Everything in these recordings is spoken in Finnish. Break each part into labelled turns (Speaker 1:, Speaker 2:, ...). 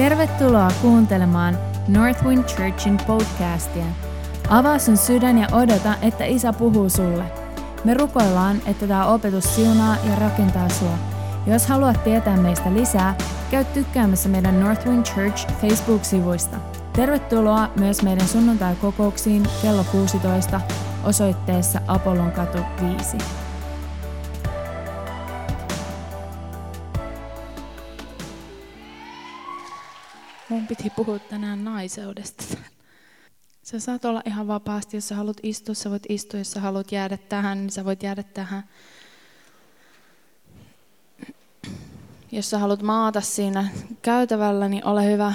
Speaker 1: Tervetuloa kuuntelemaan Northwind Churchin podcastia. Avaa sun sydän ja odota, että Isä puhuu sulle. Me rukoillaan, että tämä opetus siunaa ja rakentaa sua. Jos haluat tietää meistä lisää, käy tykkäämässä meidän Northwind Church Facebook-sivuista. Tervetuloa myös meidän sunnuntai-kokouksiin kello 16 osoitteessa Apollonkatu 5.
Speaker 2: Mun piti puhua tänään naiseudesta. Sä saat olla ihan vapaasti, jos sä haluat istua, sä voit istua, jos sä haluat jäädä tähän, niin sä voit jäädä tähän. Jos sä haluat maata siinä käytävällä, niin ole hyvä.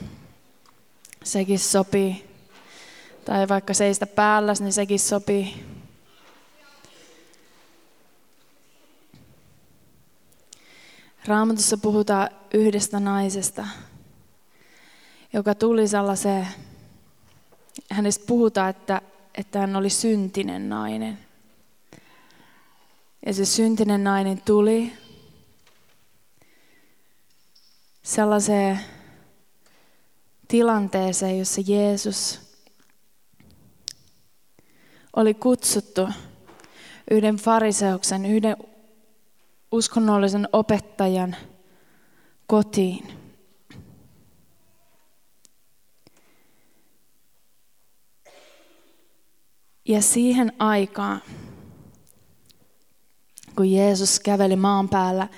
Speaker 2: Sekin sopii. Tai vaikka seistä päälläs, niin sekin sopii. Raamatussa puhutaan yhdestä naisesta, joka tuli sellaiseen, hänestä puhutaan, että hän oli syntinen nainen. Ja se syntinen nainen tuli sellaiseen tilanteeseen, jossa Jeesus oli kutsuttu yhden fariseuksen, yhden uskonnollisen opettajan kotiin. Ja siihen aikaan, kun Jeesus käveli maan päällä,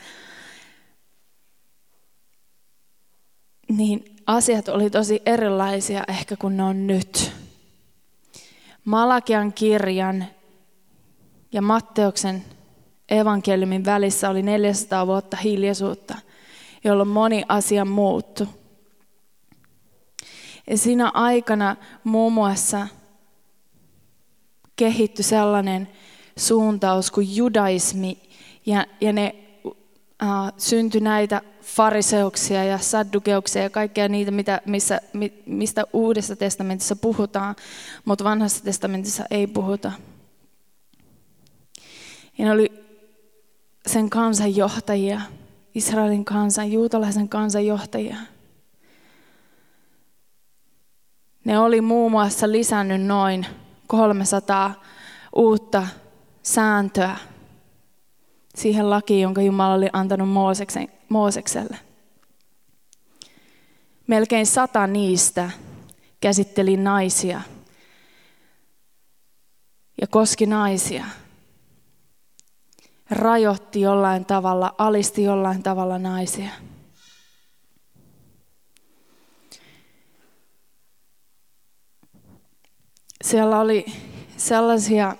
Speaker 2: niin asiat oli tosi erilaisia ehkä kuin ne on nyt. Malakian kirjan ja Matteuksen evankeliumin välissä oli 400 vuotta hiljaisuutta, jolloin moni asia muuttui. Ja siinä aikana muun muassa kehittyi sellainen suuntaus kuin judaismi, ja ne syntyi näitä fariseuksia ja saddukeuksia ja kaikkea niitä, mistä Uudessa testamentissa puhutaan, mutta Vanhassa testamentissa ei puhuta. Ja ne oli sen kansan johtajia, Israelin kansan, juutalaisen kansan johtajia. Ne oli muun muassa lisännyt noin 300 uutta sääntöä siihen lakiin, jonka Jumala oli antanut Moosekselle. Melkein 100 niistä käsitteli naisia ja koski naisia. Rajoitti jollain tavalla, alisti jollain tavalla naisia. Siellä oli sellaisia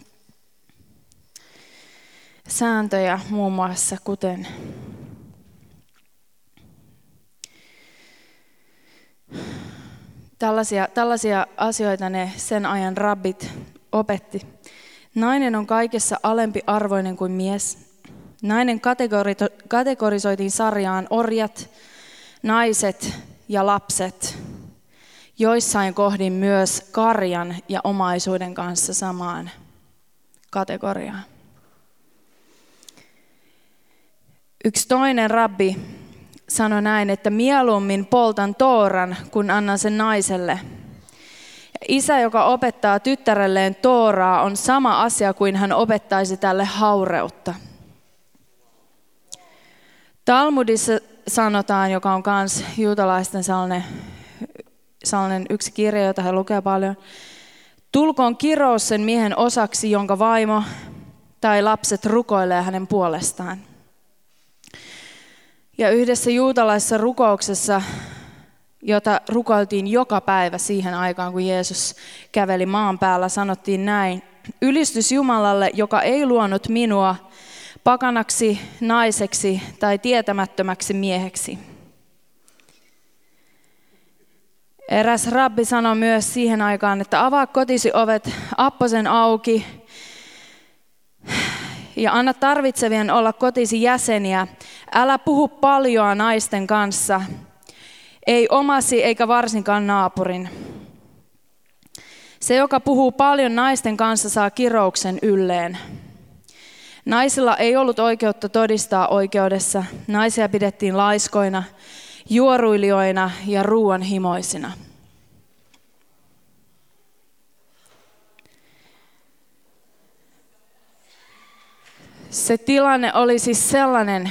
Speaker 2: sääntöjä muun muassa, kuten tällaisia asioita ne sen ajan rabbit opetti. Nainen on kaikessa alempi arvoinen kuin mies. Nainen kategorisoitiin sarjaan orjat, naiset ja lapset. Joissain kohdin myös karjan ja omaisuuden kanssa samaan kategoriaan. Yksi toinen rabbi sanoi näin, että mieluummin poltan Tooran, kun annan sen naiselle. Isä, joka opettaa tyttärelleen Tooraa, on sama asia kuin hän opettaisi tälle haureutta. Talmudissa sanotaan, joka on myös juutalaisten sellainen yksi kirja, jota he lukevat paljon. Tulkoon kirous sen miehen osaksi, jonka vaimo tai lapset rukoilee hänen puolestaan. Ja yhdessä juutalaisessa rukouksessa, jota rukoiltiin joka päivä siihen aikaan, kun Jeesus käveli maan päällä, sanottiin näin: ylistys Jumalalle, joka ei luonut minua pakanaksi, naiseksi tai tietämättömäksi mieheksi. Eräs rabbi sanoi myös siihen aikaan, että avaa kotisi ovet apposen auki ja anna tarvitsevien olla kotisi jäseniä. Älä puhu paljoa naisten kanssa, ei omasi eikä varsinkaan naapurin. Se, joka puhuu paljon naisten kanssa, saa kirouksen ylleen. Naisilla ei ollut oikeutta todistaa oikeudessa. Naisia pidettiin laiskoina juoruilijoina ja ruoanhimoisina. Se tilanne oli siis sellainen,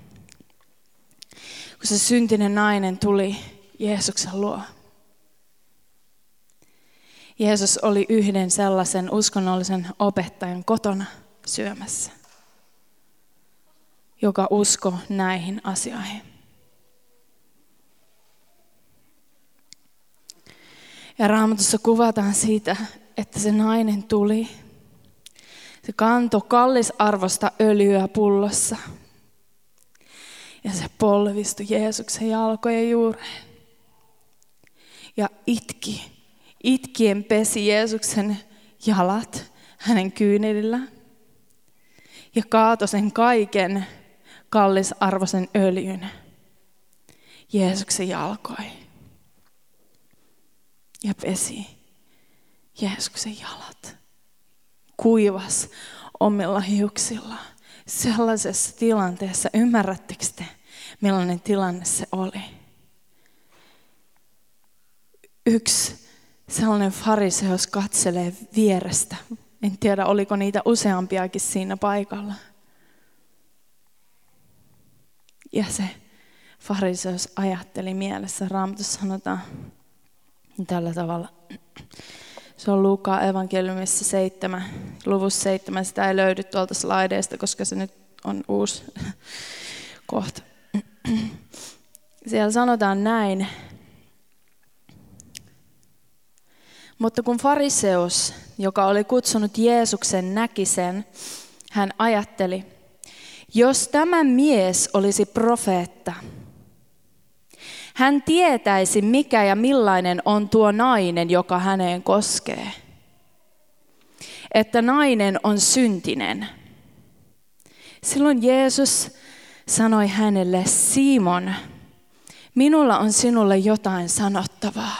Speaker 2: kun se syntinen nainen tuli Jeesuksen luo. Jeesus oli yhden sellaisen uskonnollisen opettajan kotona syömässä, joka uskoi näihin asioihin. Ja Raamatussa kuvataan siitä, että se nainen tuli. Se kantoi kallisarvosta öljyä pullossa. Ja se polvistui Jeesuksen jalkojen juureen. Ja itkien pesi Jeesuksen jalat hänen kyynelillään. Ja kaatoi sen kaiken kallisarvoisen öljyn Jeesuksen jalkoihin. Ja pesi Jeesuksen jalat. Kuivas omilla hiuksillaan. Sellaisessa tilanteessa, ymmärrättekö te, millainen tilanne se oli? Yksi sellainen fariseus katselee vierestä. En tiedä, oliko niitä useampiakin siinä paikalla. Ja se fariseus ajatteli mielessä. Raamatussa sanotaan tällä tavalla. Se on Luukaan evankeliumissa 7, luvussa 7. Sitä ei löydy tuolta slaideista, koska se nyt on uusi kohta. Siellä sanotaan näin. Mutta kun fariseus, joka oli kutsunut Jeesuksen, näki sen, hän ajatteli, jos tämä mies olisi profeetta, hän tietäisi, mikä ja millainen on tuo nainen, joka häneen koskee. Että nainen on syntinen. Silloin Jeesus sanoi hänelle, Simon, minulla on sinulle jotain sanottavaa.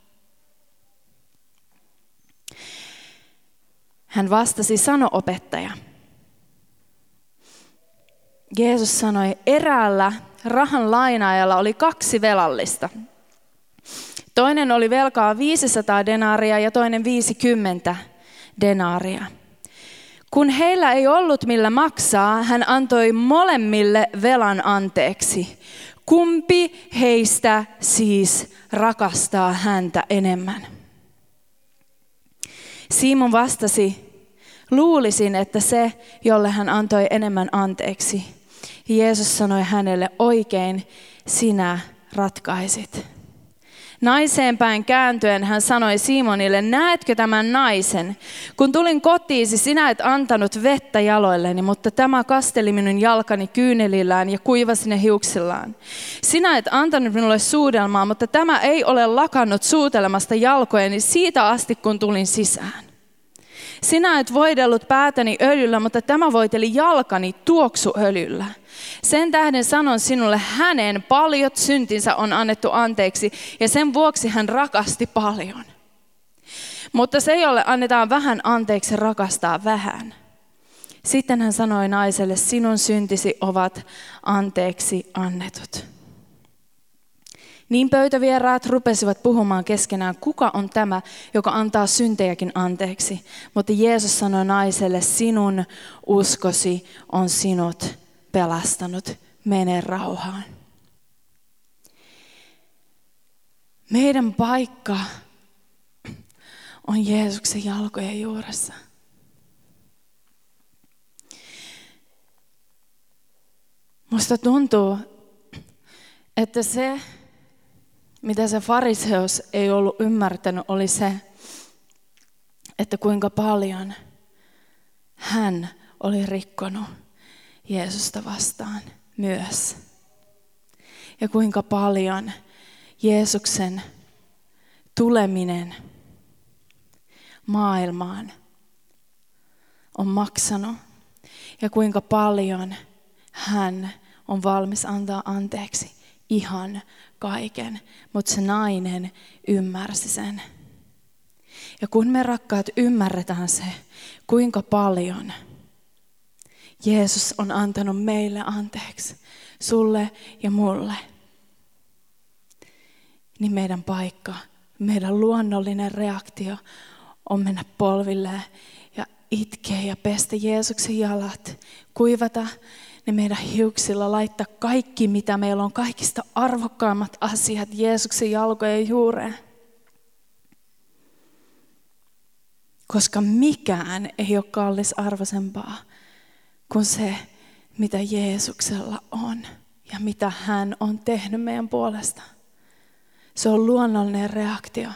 Speaker 2: Hän vastasi, sano opettaja. Jeesus sanoi, eräällä rahan lainaajalla oli 2 velallista. Toinen oli velkaa 500 denaaria ja toinen 50 denaaria. Kun heillä ei ollut millä maksaa, hän antoi molemmille velan anteeksi. Kumpi heistä siis rakastaa häntä enemmän? Simon vastasi, luulisin, että se, jolle hän antoi enemmän anteeksi. Jeesus sanoi hänelle, oikein sinä ratkaisit. Naiseen päin kääntyen hän sanoi Simonille, näetkö tämän naisen? Kun tulin kotiisi, sinä et antanut vettä jaloilleni, mutta tämä kasteli minun jalkani kyynelillään ja kuivasi ne hiuksillaan. Sinä et antanut minulle suudelmaa, mutta tämä ei ole lakannut suutelemasta jalkojeni siitä asti, kun tulin sisään. Sinä et voidellut päätäni öljyllä, mutta tämä voiteli jalkani tuoksuöljyllä. Sen tähden sanon sinulle, hänen paljot syntinsä on annettu anteeksi ja sen vuoksi hän rakasti paljon. Mutta se, jolle annetaan vähän anteeksi, rakastaa vähän. Sitten hän sanoi naiselle, sinun syntisi ovat anteeksi annetut. Niin pöytävieraat rupesivat puhumaan keskenään, kuka on tämä, joka antaa syntejäkin anteeksi. Mutta Jeesus sanoi naiselle, sinun uskosi on sinut pelastanut, mene rauhaan. Meidän paikka on Jeesuksen jalkojen juuressa. Musta tuntuu, että se, mitä se fariseus ei ollut ymmärtänyt, oli se, että kuinka paljon hän oli rikkonut Jeesusta vastaan myös. Ja kuinka paljon Jeesuksen tuleminen maailmaan on maksanut. Ja kuinka paljon hän on valmis antaa anteeksi ihan kaiken. Mutta se nainen ymmärsi sen. Ja kun me rakkaat ymmärretään se, kuinka paljon Jeesus on antanut meille anteeksi, sulle ja mulle, niin meidän paikka, meidän luonnollinen reaktio on mennä polvilleen ja itkeä ja pestä Jeesuksen jalat, kuivata ne meidän hiuksilla, laittaa kaikki, mitä meillä on, kaikista arvokkaimmat asiat Jeesuksen jalkojen juureen. Koska mikään ei ole kallisarvoisempaa kuin se, mitä Jeesuksella on ja mitä hän on tehnyt meidän puolesta. Se on luonnollinen reaktio,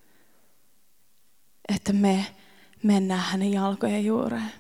Speaker 2: että me mennään hänen jalkojen juureen.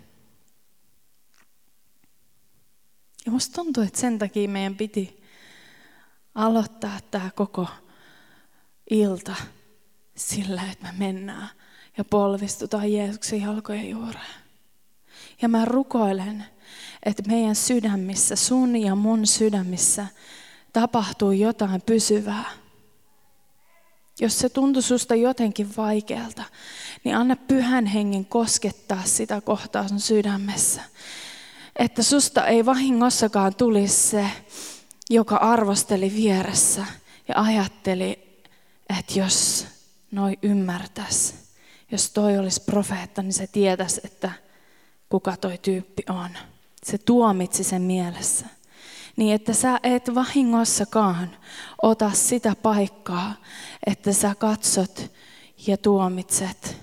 Speaker 2: Ja musta tuntuu, että sen takia meidän piti aloittaa tämä koko ilta sillä, että me mennään ja polvistutaan Jeesuksen jalkojen juureen. Ja mä rukoilen, että meidän sydämissä, sun ja mun sydämissä tapahtuu jotain pysyvää. Jos se tuntuu susta jotenkin vaikealta, niin anna Pyhän Hengen koskettaa sitä kohtaa sun sydämessä. Että susta ei vahingossakaan tulisi se, joka arvosteli vieressä ja ajatteli, että jos noi ymmärtäisi, jos toi olisi profeetta, niin se tietäisi, että kuka toi tyyppi on. Se tuomitsi sen mielessä. Niin että sä et vahingossakaan ota sitä paikkaa, että sä katsot ja tuomitset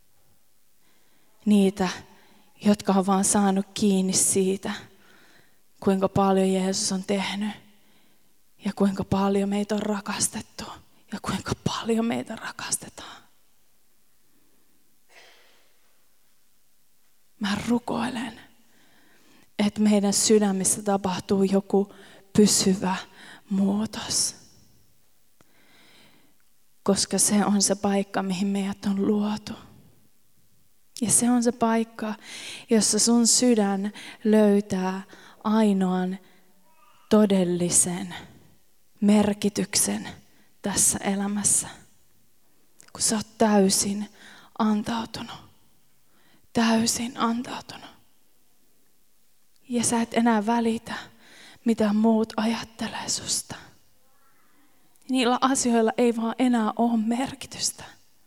Speaker 2: niitä, jotka on vaan saanut kiinni siitä, kuinka paljon Jeesus on tehnyt ja kuinka paljon meitä on rakastettu ja kuinka paljon meitä rakastetaan. Mä rukoilen, että meidän sydämissä tapahtuu joku pysyvä muutos. Koska se on se paikka, mihin meidät on luotu. Ja se on se paikka, jossa sun sydän löytää ainoan todellisen merkityksen tässä elämässä. Kun sä oot täysin antautunut. Täysin antautunut. Ja sä et enää välitä, mitä muut ajattelee susta. Niillä asioilla ei vaan enää ole merkitystä.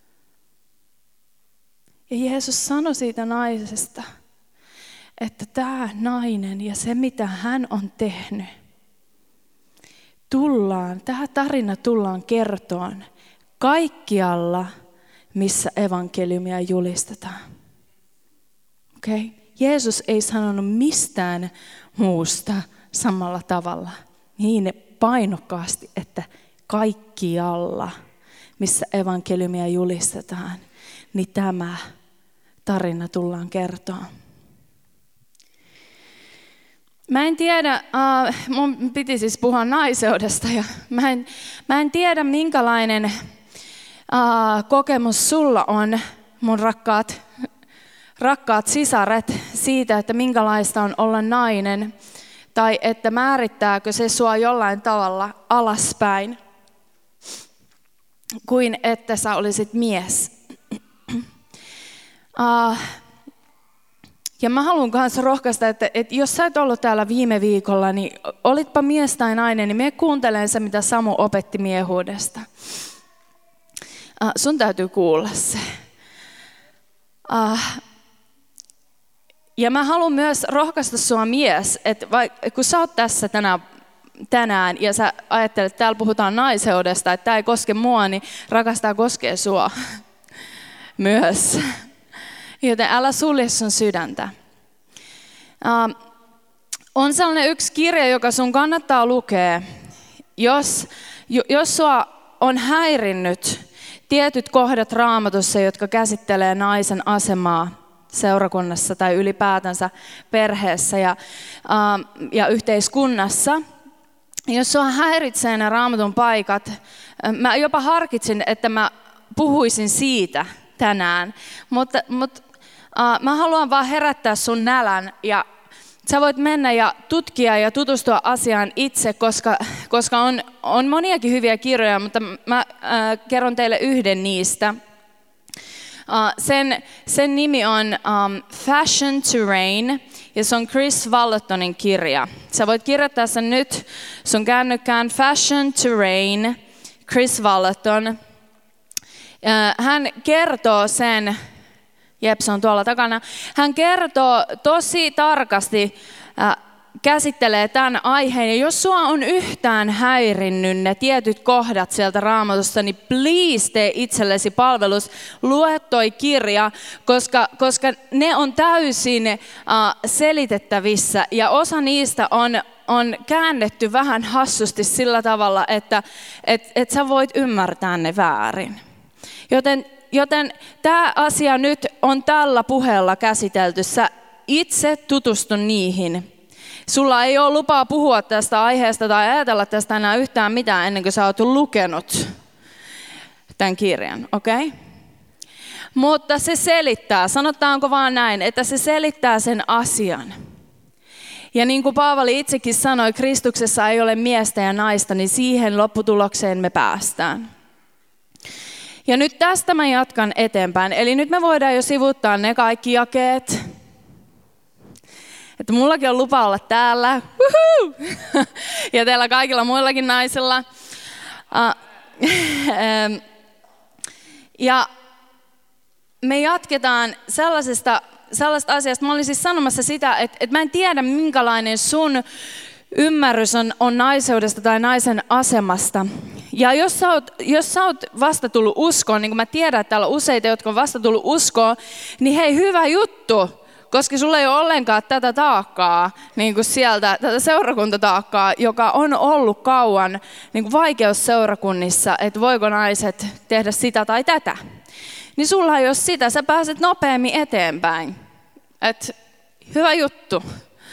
Speaker 2: Ja Jeesus sanoi siitä naisesta, että tämä nainen ja se mitä hän on tehnyt, tämä tarina tullaan kertoon kaikkialla, missä evankeliumia julistetaan. Okay? Jeesus ei sanonut mistään muusta samalla tavalla niin painokkaasti, että kaikkialla, missä evankeliumia julistetaan, niin tämä tarina tullaan kertoa. Mä en tiedä, mun piti siis puhua naiseudesta ja mä en tiedä minkälainen kokemus sulla on, mun rakkaat sisaret, siitä, että minkälaista on olla nainen tai että määrittääkö se sua jollain tavalla alaspäin kuin että sä olisit mies. Ja mä haluan myös rohkaista, että jos sä et ollut täällä viime viikolla, niin olitpa mies tai nainen, niin mene kuuntelemaan se, mitä Samu opetti miehuudesta. Sun täytyy kuulla se. Ja mä haluan myös rohkaista sua mies, että kun sä oot tässä tänään ja sä ajattelet, että täällä puhutaan naiseudesta, että tää ei koske mua, niin rakastaa koskee sua myös. Joten älä sulje sun sydäntä. On sellainen yksi kirja, joka sun kannattaa lukea, jos sua on häirinnyt tietyt kohdat Raamatussa, jotka käsittelee naisen asemaa seurakunnassa tai ylipäätänsä perheessä ja yhteiskunnassa. Jos sua häiritsee ne Raamatun paikat, mä jopa harkitsin, että mä puhuisin siitä tänään, mutta mä haluan vaan herättää sun nälän ja sä voit mennä ja tutkia ja tutustua asiaan itse, koska on moniakin hyviä kirjoja, mutta mä kerron teille yhden niistä. Sen nimi on Fashion to Reign ja se on Chris Vallottonin kirja. Sä voit kirjoittaa sen nyt sun kännykkään Fashion to Reign, Chris Walton. Hän kertoo sen, se on tuolla takana, hän kertoo tosi tarkasti, käsittelee tämän aiheen. Ja jos sua on yhtään häirinnyt ne tietyt kohdat sieltä Raamatusta, niin please tee itsellesi palvelus, lue toi kirja, koska ne on täysin selitettävissä. Ja osa niistä on käännetty vähän hassusti sillä tavalla, että sä voit ymmärtää ne väärin. Joten tämä asia nyt on tällä puheella käsitelty. Sä itse tutustu niihin. Sulla ei ole lupaa puhua tästä aiheesta tai ajatella tästä enää yhtään mitään ennen kuin sä oot lukenut tämän kirjan, okei? Okay? Mutta se selittää, sanotaanko vaan näin, että se selittää sen asian. Ja niin kuin Paavali itsekin sanoi, Kristuksessa ei ole miestä ja naista, niin siihen lopputulokseen me päästään. Ja nyt tästä mä jatkan eteenpäin. Eli nyt me voidaan jo sivuuttaa ne kaikki jakeet. Että mullakin on lupa olla täällä. Woohoo! Ja teillä kaikilla muillakin naisilla. Ja me jatketaan sellaisesta asiasta. Mä olin siis sanomassa sitä, että mä en tiedä minkälainen sun ymmärrys on naiseudesta tai naisen asemasta. Ja jos sä oot vasta tullut uskoon, niin kuin mä tiedän, että täällä on useita, jotka on vasta tullut uskoon, niin hei, hyvä juttu, koska sulla ei ole ollenkaan tätä taakkaa, niin kuin sieltä, tätä seurakuntataakkaa, joka on ollut kauan niin kuin vaikeusseurakunnissa, että voiko naiset tehdä sitä tai tätä. Niin sulla ei ole sitä, sä pääset nopeammin eteenpäin. Et, hyvä juttu.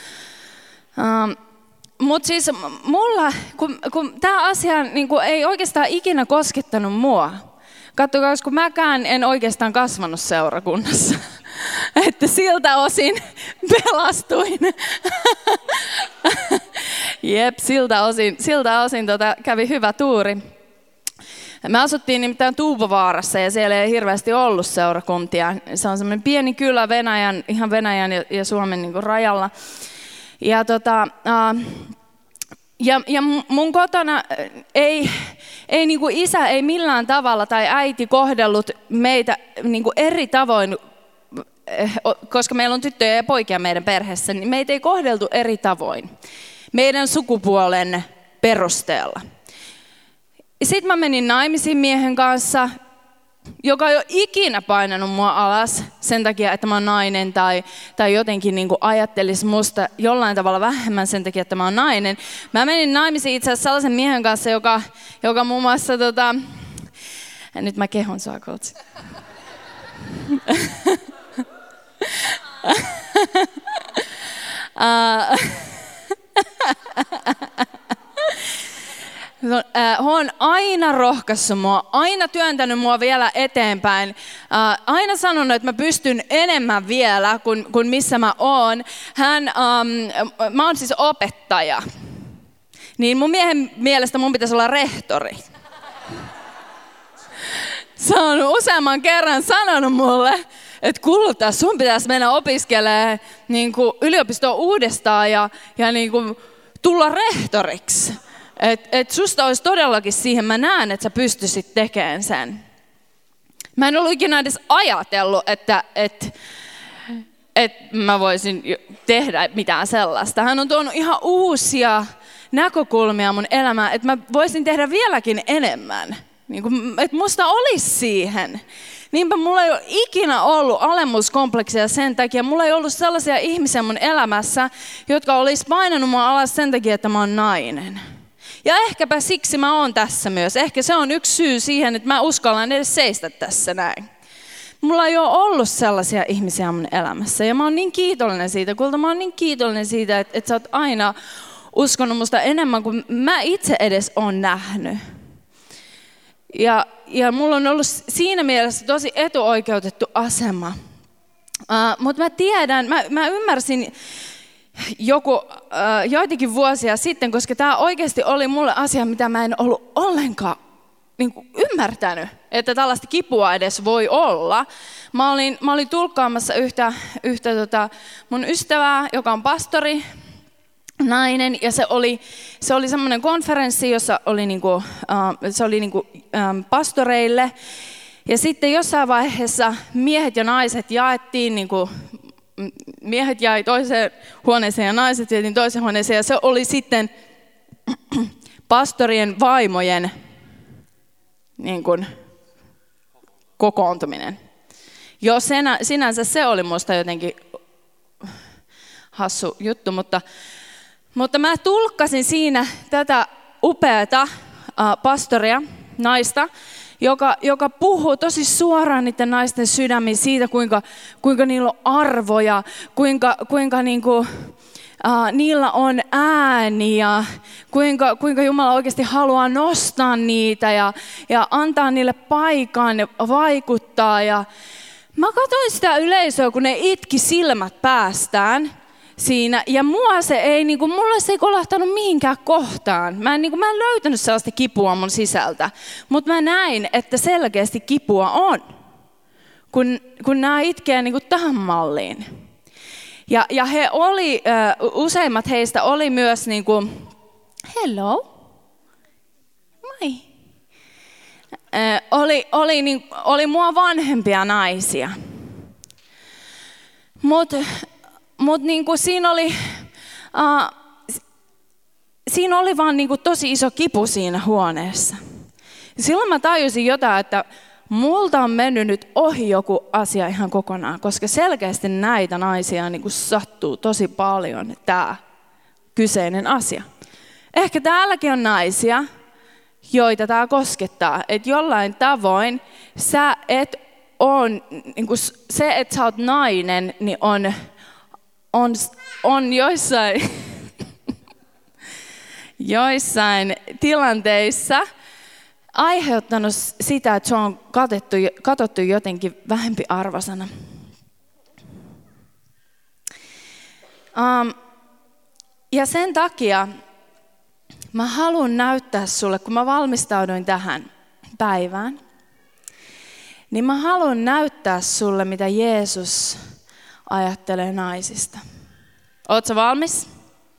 Speaker 2: Mutta siis mulla, kun tämä asia niin kun ei oikeastaan ikinä koskettanut mua. Katsokaa, kun mäkään en oikeastaan kasvanut seurakunnassa. Että siltä osin pelastuin. Jep, siltä osin kävi hyvä tuuri. Me asuttiin nimittäin Tuupovaarassa ja siellä ei hirveästi ollut seurakuntia. Se on semmoinen pieni kylä ihan Venäjän ja Suomen niin kuin rajalla. Ja mun kotona ei niin kuin isä ei millään tavalla tai äiti kohdellut meitä niin kuin eri tavoin, koska meillä on tyttöjä ja poikia meidän perheessä, niin meitä ei kohdeltu eri tavoin meidän sukupuolen perusteella. Sitten mä menin naimisiin miehen kanssa, joka ei ole ikinä painanut mua alas sen takia, että mä oon nainen tai jotenkin niin kuin ajattelisi musta jollain tavalla vähemmän sen takia, että mä oon nainen. Mä menin naimisiin itse asiassa sellaisen miehen kanssa, joka muun muassa, nyt mä kehon sua, Koutsi. Hän on aina rohkaissut mua, aina työntänyt mua vielä eteenpäin, aina sanonut, että mä pystyn enemmän vielä kuin missä mä oon. Mä oon siis opettaja, niin mun miehen mielestä mun pitäisi olla rehtori. Se on useamman kerran sanonut mulle, että kulta, sun pitäisi mennä opiskelemaan niin kuin yliopistoon uudestaan ja niin kuin tulla rehtoriksi. Et susta olisi todellakin siihen, mä näen, että sä pystyisit tekemään sen. Mä en ollut ikinä edes ajatellut, että mä voisin tehdä mitään sellaista. Hän on tuonut ihan uusia näkökulmia mun elämään, että mä voisin tehdä vieläkin enemmän. Niin kuin, että musta olisi siihen. Niinpä mulla ei ole ikinä ollut alemmuuskompleksia sen takia. Mulla ei ollut sellaisia ihmisiä mun elämässä, jotka olisi painanut mua alas sen takia, että mä oon nainen. Ja ehkäpä siksi mä oon tässä myös. Ehkä se on yksi syy siihen, että mä uskallan edes seistä tässä näin. Mulla ei ole ollut sellaisia ihmisiä mun elämässä. Ja mä oon niin kiitollinen siitä, Kulta, mä oon niin kiitollinen siitä, että sä oot aina uskonut musta enemmän kuin mä itse edes oon nähnyt. Ja mulla on ollut siinä mielessä tosi etuoikeutettu asema. Mutta mä tiedän, mä ymmärsin joitakin vuosia sitten, koska tämä oikeasti oli mulle asia, mitä mä en ollut ollenkaan niin kuin ymmärtänyt, että tällaista kipua edes voi olla. Mä olin tulkkaamassa yhtä mun ystävää, joka on pastori, nainen, ja se oli semmoinen konferenssi, jossa oli pastoreille. Ja sitten jossain vaiheessa miehet ja naiset jaettiin, miehet jäi toiseen huoneeseen ja naiset vietiin toiseen huoneeseen. Ja se oli sitten pastorien vaimojen kokoontuminen. Jo sinänsä se oli musta jotenkin hassu juttu, mutta mä tulkkasin siinä tätä upeata pastoria, naista, joka puhuu tosi suoraan niiden naisten sydämiin siitä, kuinka niillä on arvoja, kuinka niillä on ääni ja kuinka Jumala oikeasti haluaa nostaa niitä ja antaa niille paikan ja vaikuttaa. Ja mä katsoin sitä yleisöä, kun ne itki silmät päästään siinä, ja mulle se ei kolahtanut mihinkään kohtaan. Mä en löytänyt sellaista kipua mun sisältä, mutta mä näin, että selkeästi kipua on, kun nämä itkee tähän malliin. Ja he oli, useimmat heistä oli myös hello, moi. Oli mua vanhempia naisia. Mut siinä oli vaan tosi iso kipu siinä huoneessa. Silloin mä tajusin jotain, että multa on mennyt nyt ohi joku asia ihan kokonaan, koska selkeästi näitä naisia sattuu tosi paljon tämä kyseinen asia. Ehkä täälläkin on naisia, joita tämä koskettaa, että jollain tavoin sä et on, se, että sä oot nainen, niin on joissain tilanteissa aiheuttanut sitä, että se on katsottu jotenkin vähempiarvoisena. Ja sen takia mä haluan näyttää sulle, kun mä valmistauduin tähän päivään, niin mä haluan näyttää sulle, mitä Jeesus ajattelee naisista. Ootko valmis?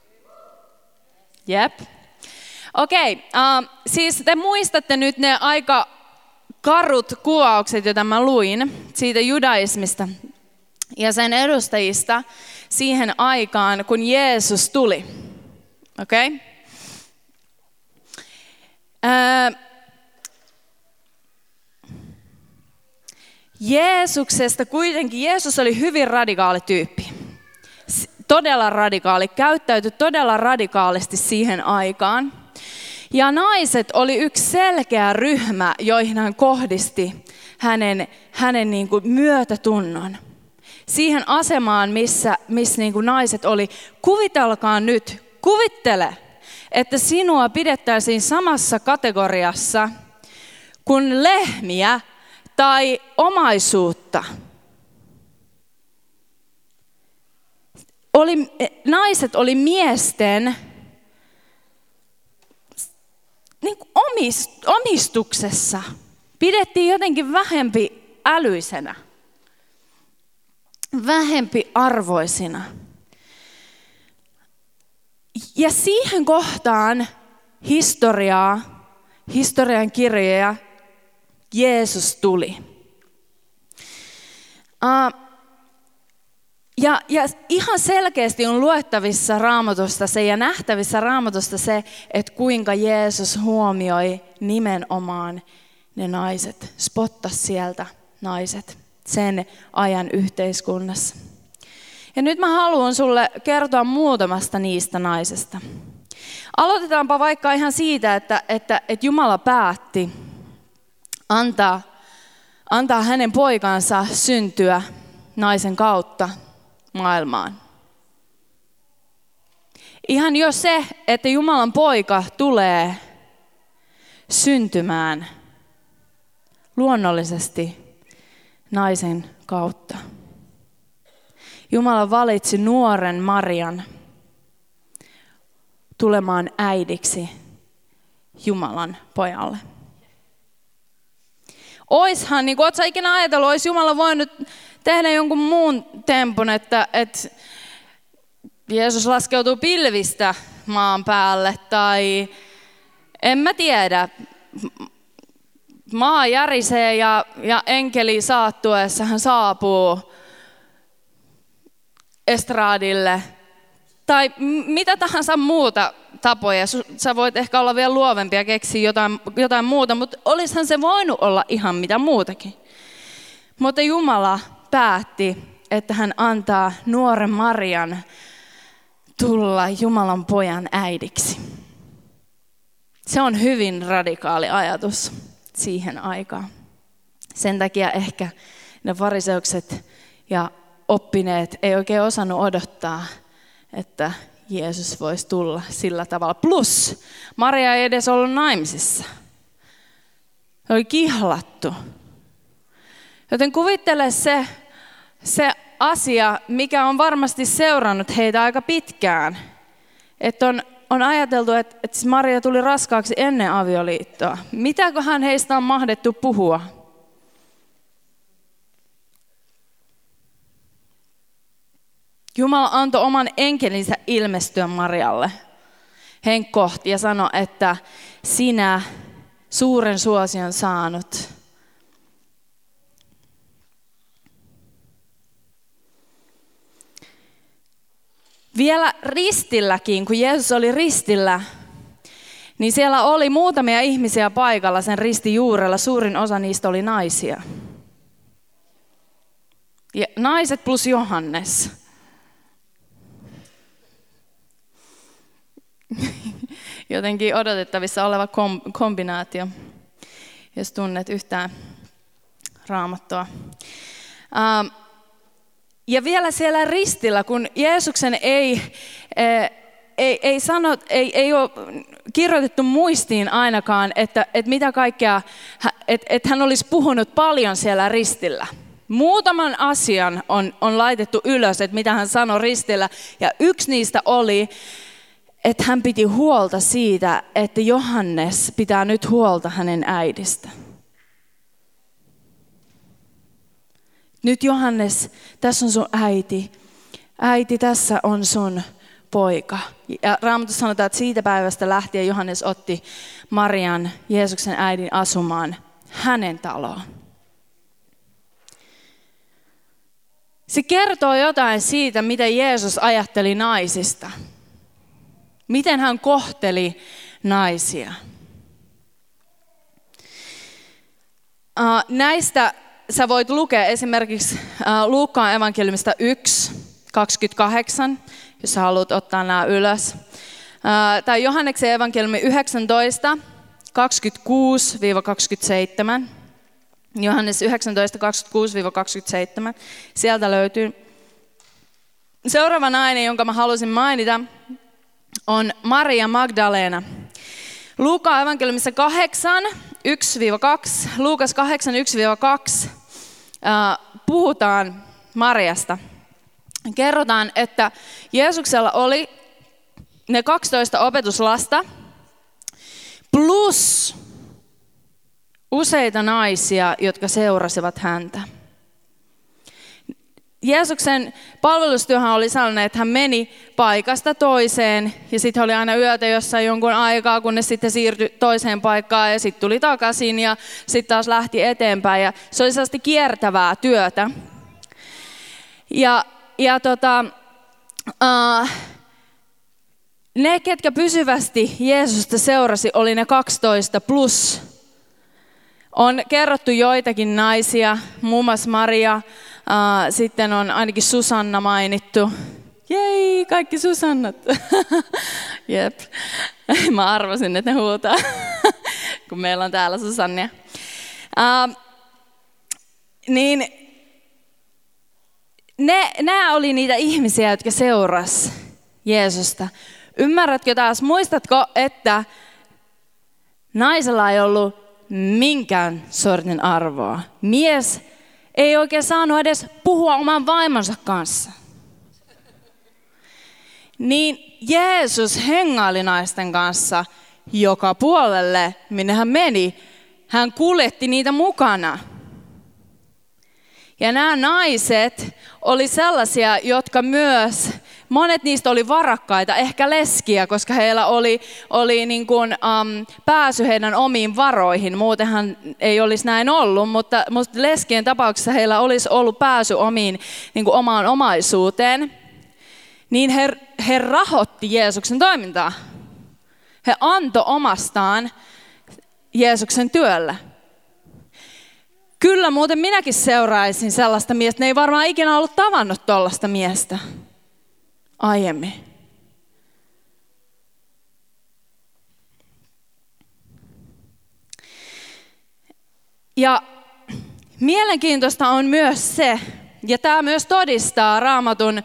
Speaker 2: Jep. Okei, siis te muistatte nyt ne aika karut kuvaukset, joita mä luin siitä judaismista ja sen edustajista siihen aikaan, kun Jeesus tuli. Okei? Jeesuksesta kuitenkin, Jeesus oli hyvin radikaali tyyppi. Todella radikaali, käyttäytyi todella radikaalisti siihen aikaan. Ja naiset oli yksi selkeä ryhmä, joihin hän kohdisti hänen myötätunnon. Siihen asemaan, missä naiset oli. Kuvitelkaa nyt, kuvittele, että sinua pidettäisiin samassa kategoriassa kuin lehmiä tai omaisuutta. Naiset oli miesten omistuksessa. Pidettiin jotenkin vähempi älyisenä, vähempi arvoisina. Ja siihen kohtaan historian kirjoja, Jeesus tuli. Ja ihan selkeästi on luettavissa Raamatusta se ja nähtävissä Raamatusta se, että kuinka Jeesus huomioi nimenomaan ne naiset, spottasi sieltä naiset sen ajan yhteiskunnassa. Ja nyt mä haluan sulle kertoa muutamasta niistä naisista. Aloitetaanpa vaikka ihan siitä, että Jumala päätti antaa hänen poikansa syntyä naisen kautta maailmaan. Ihan jo se, että Jumalan poika tulee syntymään luonnollisesti naisen kautta. Jumala valitsi nuoren Marian tulemaan äidiksi Jumalan pojalle. Oishan, niin kuin ootko sä ikinä ajatellut, olisi Jumala voinut tehdä jonkun muun tempun, että Jeesus laskeutuu pilvistä maan päälle tai en mä tiedä. Maa järisee ja enkeli saattuessa hän saapuu estraadille. Tai mitä tahansa muuta tapoja. Sä voit ehkä olla vielä luovempi ja keksiä jotain muuta, mutta olisihan se voinut olla ihan mitä muutakin. Mutta Jumala päätti, että hän antaa nuoren Marian tulla Jumalan pojan äidiksi. Se on hyvin radikaali ajatus siihen aikaan. Sen takia ehkä ne fariseukset ja oppineet ei oikein osannut odottaa, että Jeesus voisi tulla sillä tavalla. Plus, Maria ei edes ollut naimisissa. Se oli kihlattu. Joten kuvittele se asia, mikä on varmasti seurannut heitä aika pitkään. Että on ajateltu, että Maria tuli raskaaksi ennen avioliittoa. Mitäköhän heistä on mahdettu puhua? Jumala antoi oman enkelinsä ilmestyä Marialle kohti ja sanoi, että sinä suuren suosion saanut. Vielä ristilläkin, kun Jeesus oli ristillä, niin siellä oli muutamia ihmisiä paikalla sen ristin juurella. Suurin osa niistä oli naisia. Ja naiset plus Johannes. Jotenkin odotettavissa oleva kombinaatio, jos tunnet yhtään Raamattua. Ja vielä siellä ristillä, kun Jeesuksen ei ole kirjoitettu muistiin ainakaan, että mitä kaikkea, että hän olisi puhunut paljon siellä ristillä. Muutaman asian on laitettu ylös, että mitä hän sanoi ristillä, ja yksi niistä oli, että hän piti huolta siitä, että Johannes pitää nyt huolta hänen äidistä. Nyt Johannes, tässä on sun äiti. Äiti, tässä on sun poika. Ja Raamatussa sanotaan, että siitä päivästä lähtien Johannes otti Marian, Jeesuksen äidin, asumaan hänen taloon. Se kertoo jotain siitä, mitä Jeesus ajatteli naisista. Miten hän kohteli naisia. Näistä sä voit lukea esimerkiksi Luukkaan evankeliumista 1:28, jos sä haluat ottaa nämä ylös. Tai Johanneksen evankeliumi 19:26-27. Johannes 19:26-27. Sieltä löytyy. Seuraava nainen, jonka mä halusin mainita, on Maria Magdalena. Luukaan evankeliumissa 8:1-2, Luukas 8:1-2 puhutaan Mariasta. Kerrotaan, että Jeesuksella oli ne 12 opetuslasta plus useita naisia, jotka seurasivat häntä. Jeesuksen palvelustyöhän oli sellainen, että hän meni paikasta toiseen ja sitten oli aina yötä jossain jonkun aikaa, kunnes sitten siirtyi toiseen paikkaan ja sitten tuli takaisin ja sitten taas lähti eteenpäin. Ja se oli sellaista kiertävää työtä. Ne, ketkä pysyvästi Jeesusta seurasi, oli ne 12 plus. On kerrottu joitakin naisia, muun muassa Maria. Sitten on ainakin Susanna mainittu. Jei, kaikki Susannat. Jep. Mä arvasin, että ne huutaa, kun meillä on täällä Susannia. Niin nämä oli niitä ihmisiä, jotka seurasi Jeesusta. Ymmärrätkö taas, muistatko, että naisella ei ollut minkään sortin arvoa. Mies ei oikein saanut edes puhua oman vaimonsa kanssa. Niin Jeesus hengaili naisten kanssa joka puolelle, minne hän meni. Hän kuljetti niitä mukana. Ja nämä naiset oli sellaisia, jotka myös Monet niistä oli varakkaita, ehkä leskiä, koska heillä oli niin kuin, pääsy heidän omiin varoihin. Muutenhan ei olisi näin ollut, mutta leskien tapauksessa heillä olisi ollut pääsy niin kuin omaan omaisuuteen. Niin he rahoitti Jeesuksen toimintaa. He antoi omastaan Jeesuksen työlle. Kyllä muuten minäkin seuraisin sellaista miestä. Ne ei varmaan ikinä ollut tavannut tollaista miestä aiemmin. Ja mielenkiintoista on myös se, ja tämä myös todistaa Raamatun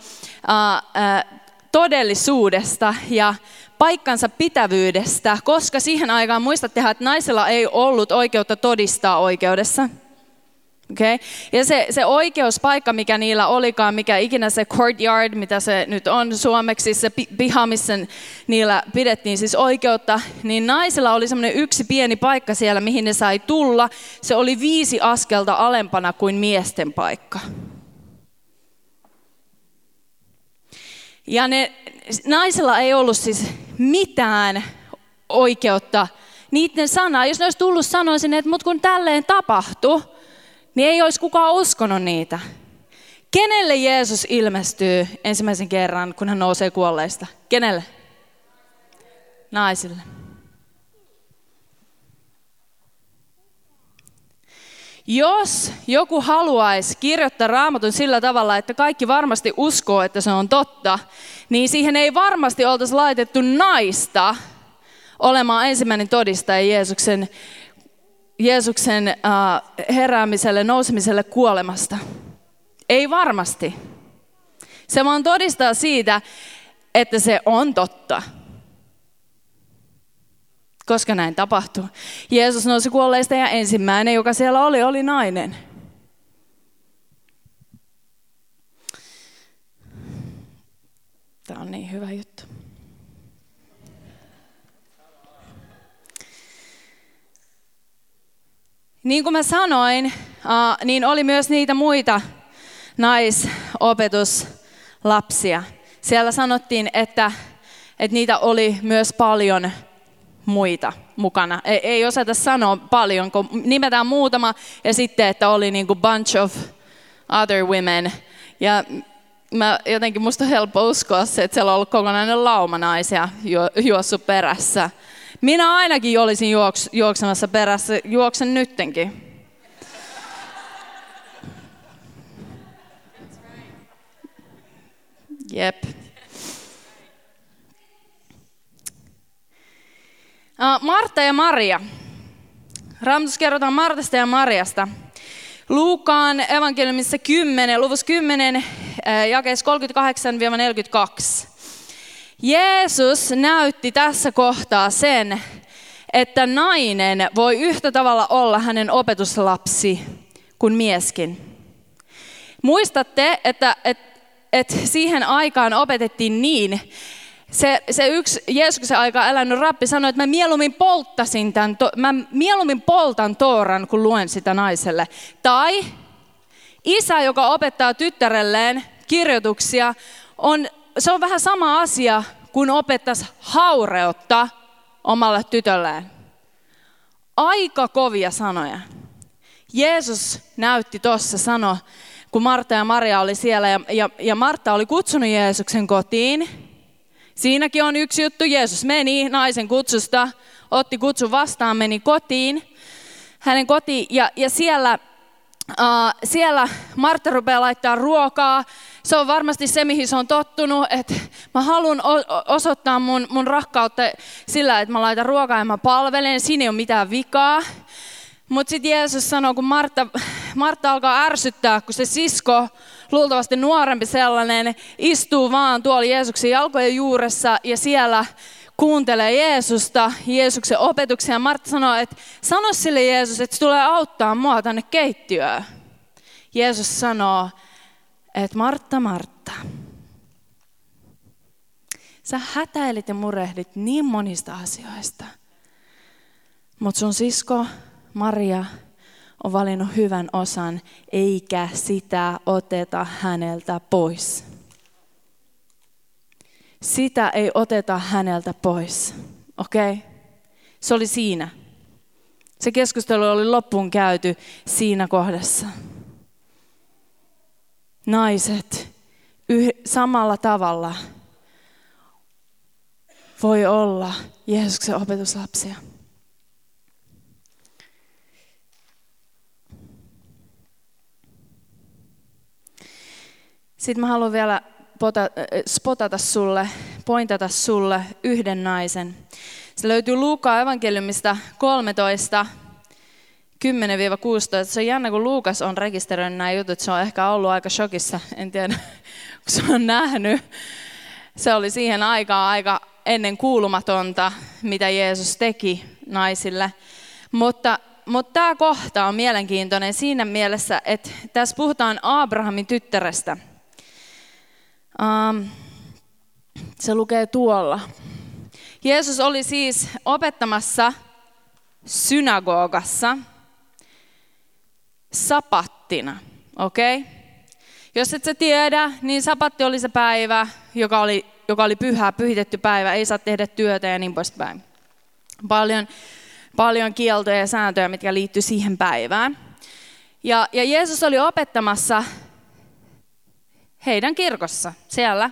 Speaker 2: todellisuudesta ja paikkansa pitävyydestä, koska siihen aikaan muistattehan, että naisilla ei ollut oikeutta todistaa oikeudessa. Okay? Ja se oikeuspaikka, mikä niillä olikaan, mikä ikinä se courtyard, mitä se nyt on suomeksi, se piha, missä niillä pidettiin siis oikeutta, niin naisilla oli semmoinen yksi pieni paikka siellä, mihin ne sai tulla. Se oli 5 askelta alempana kuin miesten paikka. Ja naisilla ei ollut siis mitään oikeutta niiden sanaa. Jos ne olisi tullut sanoa sinne, että mut kun tälleen tapahtui, niin ei olisi kukaan uskonut niitä. Kenelle Jeesus ilmestyy ensimmäisen kerran, kun hän nousee kuolleista? Kenelle? Naisille. Jos joku haluaisi kirjoittaa Raamatun sillä tavalla, että kaikki varmasti uskoo, että se on totta, niin siihen ei varmasti oltaisi laitettu naista olemaan ensimmäinen todistaja Jeesuksen heräämiselle, nousemiselle kuolemasta. Ei varmasti. Se vaan todistaa siitä, että se on totta. Koska näin tapahtui. Jeesus nousi kuolleista ja ensimmäinen, joka siellä oli nainen. Tämä on niin hyvä juttu. Niin kuin mä sanoin, niin oli myös niitä muita naisopetuslapsia. Siellä sanottiin, että niitä oli myös paljon muita mukana. Ei osata sanoa paljon, kun nimetään muutama ja sitten, että oli niin kuin bunch of other women. Ja jotenkin musta on helppo uskoa se, että siellä on ollut kokonainen lauma naisia juossut perässä. Minä ainakin olisin juoksemassa perässä, juoksen nyttenkin. Jep. Martta ja Maria. Raamatussa kerrotaan Martasta ja Mariasta. Luukaan evankeliumissa luvussa 10, jakeessa 38-42. Jeesus näytti tässä kohtaa sen, että nainen voi yhtä tavalla olla hänen opetuslapsi kuin mieskin. Muistatte, että siihen aikaan opetettiin niin. Se yksi Jeesuksen aikaa elänyt rappi sanoi, että mä mieluummin poltan Tooran, kun luen sitä naiselle. Tai isä, joka opettaa tyttärelleen kirjoituksia, se on vähän sama asia kuin opettaisi haureutta omalle tytölleen. Aika kovia sanoja. Jeesus näytti tuossa sanoi, kun Martta ja Maria oli siellä ja Martta oli kutsunut Jeesuksen kotiin. Siinäkin on yksi juttu. Jeesus meni naisen kutsusta, otti kutsun vastaan, meni kotiin, hänen kotiin ja siellä Martta rupeaa laittaa ruokaa. Se on varmasti se, mihin se on tottunut, että mä haluan osoittaa mun rakkautta sillä, että mä laitan ruokaa ja mä palvelen. Siinä ei ole mitään vikaa. Mutta sitten Jeesus sanoo, kun Martta alkaa ärsyttää, kun se sisko, luultavasti nuorempi sellainen, istuu vaan tuolla Jeesuksen jalkojen juuressa ja siellä kuuntelee Jeesusta, Jeesuksen opetuksia. Martta sanoo, että sano sille Jeesus, että se tulee auttaa mua tänne keittiöön. Jeesus sanoo, että Martta, Martta, sä hätäilit ja murehdit niin monista asioista, mutta sun sisko Maria on valinnut hyvän osan, eikä sitä oteta häneltä pois. sitä ei oteta häneltä pois. Okei? Se oli siinä. Se keskustelu oli loppuun käyty siinä kohdassa. Naiset samalla tavalla voi olla Jeesuksen opetuslapsia. Sitten mä haluan vielä pointata sulle yhden naisen. Se löytyy Luukaan evankeliumista 13, 10-16. Se on jännä, kun Luukas on rekisteröinyt nämä jutut. Se on ehkä ollut aika shokissa, en tiedä, kun se on nähnyt. Se oli siihen aikaan aika ennen kuulumatonta, mitä Jeesus teki naisille. Mutta tämä kohta on mielenkiintoinen siinä mielessä, että tässä puhutaan Abrahamin tyttärestä. Se lukee tuolla. Jeesus oli siis opettamassa synagogassa sapattina, okei? Jos et sä tiedä, niin sapatti oli se päivä, joka oli pyhä, pyhitetty päivä, ei saa tehdä työtä ja niin poispäin. Paljon kieltoja ja sääntöjä, mitkä liittyy siihen päivään. Ja Jeesus oli opettamassa heidän kirkossa, siellä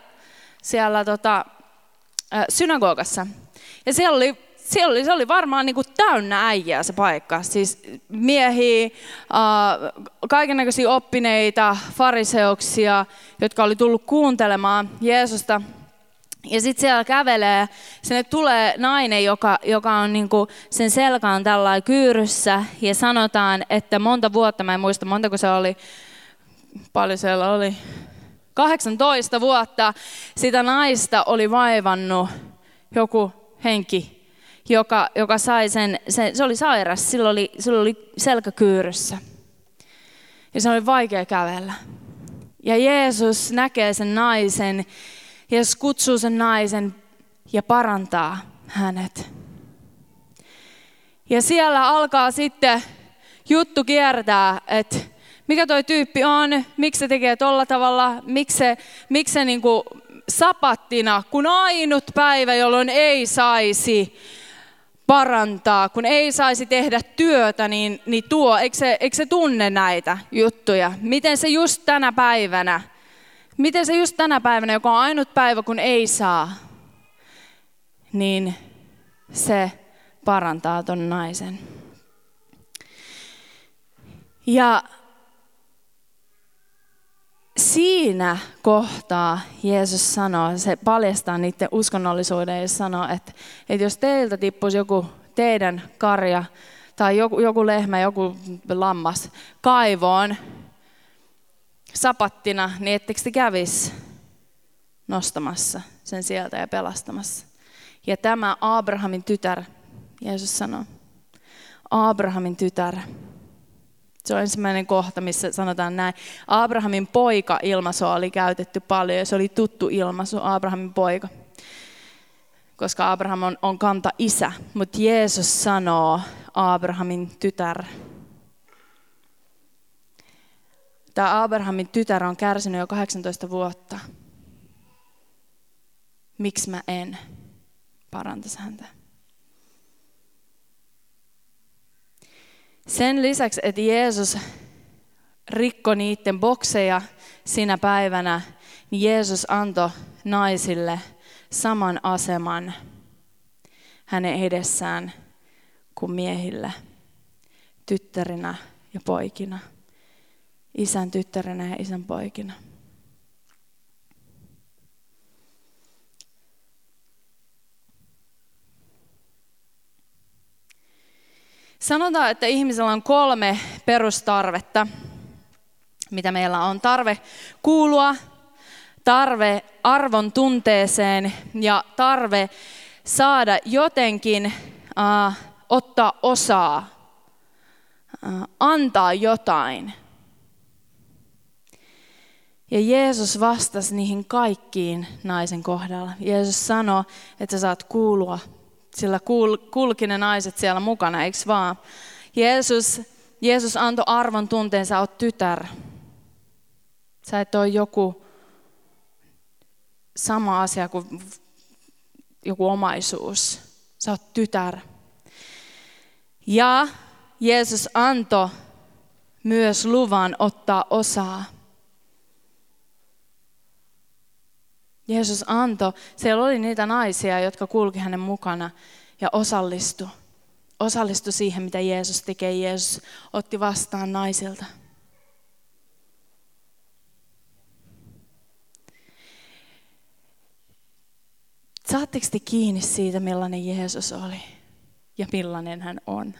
Speaker 2: synagogassa. Ja se oli varmaan niin kuin täynnä äijää se paikka. Siis miehiä, kaikennäköisiä oppineita, fariseuksia, jotka oli tullut kuuntelemaan Jeesusta. Ja sitten siellä kävelee, sinne tulee nainen, joka on niin kuin sen selkä on tällainen kyyryssä. Ja sanotaan, että monta vuotta, mä en muista montako se oli, paljon siellä oli, 18 vuotta sitä naista oli vaivannut joku henki, joka sai se oli sairas, sillä oli selkä kyyryssä. Ja se oli vaikea kävellä. Ja Jeesus näkee sen naisen, Jeesus kutsuu sen naisen ja parantaa hänet. Ja siellä alkaa sitten juttu kiertää, että mikä toi tyyppi on, miksi se tekee tolla tavalla, miksi se niinku sapattina, kun ainut päivä, jolloin ei saisi parantaa, kun ei saisi tehdä työtä, niin eikö se tunne näitä juttuja? Miten se just tänä päivänä, joka on ainut päivä, kun ei saa, niin se parantaa ton naisen. Ja siinä kohtaa Jeesus sanoo, se paljastaa niiden uskonnollisuuden ja sanoo, että jos teiltä tippuisi joku teidän karja tai joku lehmä, joku lammas kaivoon sapattina, niin ettekö te kävisi nostamassa sen sieltä ja pelastamassa. Ja tämä Abrahamin tytär, Jeesus sanoo, Abrahamin tytär. Se on ensimmäinen kohta, missä sanotaan näin. Abrahamin poika ilmaisua oli käytetty paljon ja se oli tuttu ilmaisu, Abrahamin poika. Koska Abraham on kanta-isä, mutta Jeesus sanoo Abrahamin tytär. Tämä Abrahamin tytär on kärsinyt jo 18 vuotta. Miksi mä en parantaisi häntä? Sen lisäksi, että Jeesus rikkoi niiden bokseja sinä päivänä, niin Jeesus antoi naisille saman aseman hänen edessään kuin miehille, tyttärinä ja poikina, isän tyttärinä ja isän poikina. Sanotaan, että ihmisellä on 3 perustarvetta, mitä meillä on. Tarve kuulua, tarve arvon tunteeseen ja tarve saada jotenkin ottaa osaa, antaa jotain. Ja Jeesus vastasi niihin kaikkiin naisen kohdalla. Jeesus sanoi, että sä saat kuulua. Sillä kulki ne naiset siellä mukana, eikö vaan? Jeesus antoi arvon tunteen, sä oot tytär. Sä et ole joku sama asia kuin joku omaisuus. Sä oot tytär. Ja Jeesus antoi myös luvan ottaa osaa. Jeesus antoi, siellä oli niitä naisia, jotka kulki hänen mukana ja osallistui siihen, mitä Jeesus tekee. Jeesus otti vastaan naisilta. Saatteko te kiinni siitä, millainen Jeesus oli ja millainen hän on?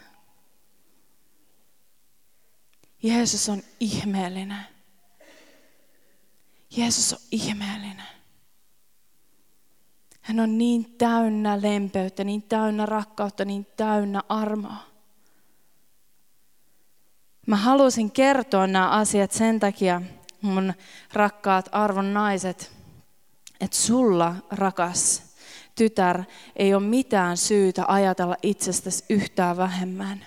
Speaker 2: Jeesus on ihmeellinen. Jeesus on ihmeellinen. Hän on niin täynnä lempeyttä, niin täynnä rakkautta, niin täynnä armoa. Mä halusin kertoa nämä asiat sen takia, mun rakkaat arvon naiset, että sulla, rakas tytär, ei ole mitään syytä ajatella itsestäsi yhtään vähemmän.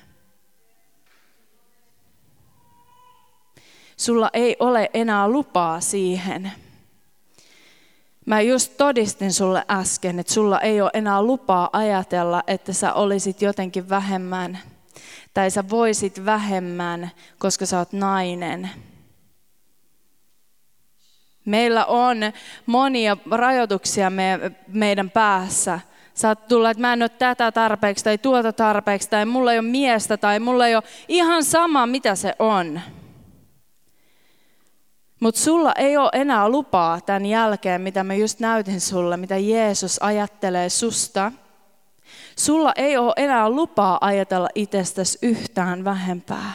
Speaker 2: Sulla ei ole enää lupaa siihen. Mä just todistin sulle äsken, että sulla ei ole enää lupaa ajatella, että sä olisit jotenkin vähemmän. Tai sä voisit vähemmän, koska sä oot nainen. Meillä on monia rajoituksia meidän päässä. Saat tulla, että mä en ole tätä tarpeeksi tai tuota tarpeeksi tai mulla ei ole miestä tai mulla ei ole ihan sama mitä se on. Mutta sulla ei ole enää lupaa tämän jälkeen, mitä mä just näytin sulle, mitä Jeesus ajattelee susta. Sulla ei ole enää lupaa ajatella itsestäsi yhtään vähempää.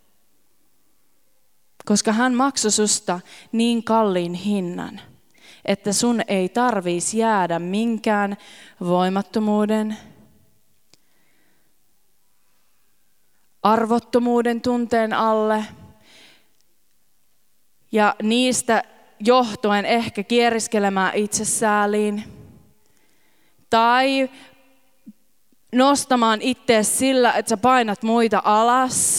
Speaker 2: Koska hän maksoi susta niin kalliin hinnan, että sun ei tarvitsisi jäädä minkään voimattomuuden, arvottomuuden tunteen alle. Ja niistä johtuen ehkä kieriskelemään itsesääliin tai nostamaan itseäsi sillä, että sä painat muita alas.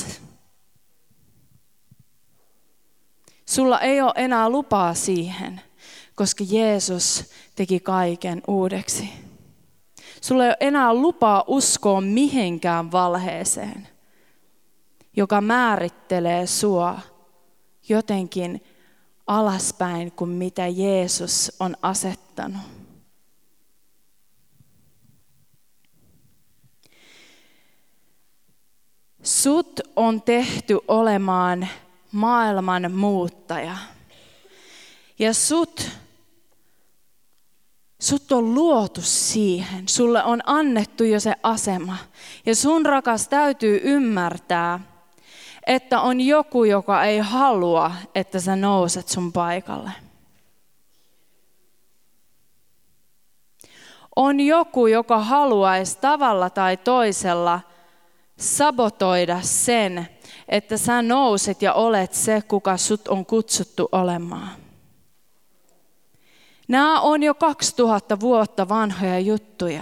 Speaker 2: Sulla ei ole enää lupaa siihen, koska Jeesus teki kaiken uudeksi. Sulla ei ole enää lupaa uskoa mihinkään valheeseen, joka määrittelee sua jotenkin alaspäin kuin mitä Jeesus on asettanut. Sut on tehty olemaan maailman muuttaja. Ja sut on luotu siihen. Sulle on annettu jo se asema. Ja sun rakas täytyy ymmärtää, että on joku, joka ei halua, että sä nouset sun paikalle. On joku, joka haluaisi tavalla tai toisella sabotoida sen, että sä nouset ja olet se, kuka sut on kutsuttu olemaan. Nämä on jo 2000 vuotta vanhoja juttuja.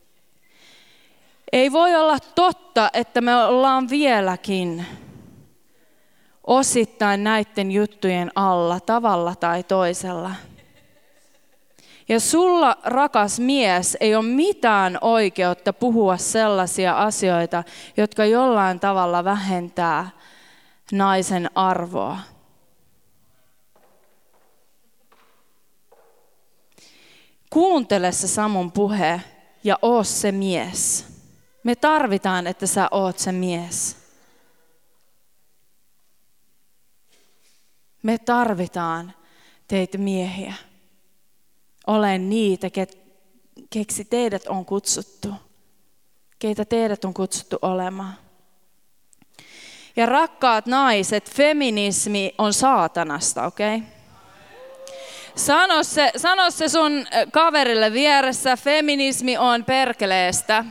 Speaker 2: Ei voi olla totta, että me ollaan vieläkin osittain näiden juttujen alla tavalla tai toisella. Ja sulla, rakas mies, ei ole mitään oikeutta puhua sellaisia asioita, jotka jollain tavalla vähentää naisen arvoa. Kuuntele se Samun puhe ja oo se mies. Me tarvitaan, että sä oot se mies. Me tarvitaan teitä miehiä. Olen niitä, keksi teidät on kutsuttu. Keitä teidät on kutsuttu olemaan. Ja rakkaat naiset, feminismi on saatanasta, okei? Okay? Sano se sun kaverille vieressä, feminismi on perkeleestä.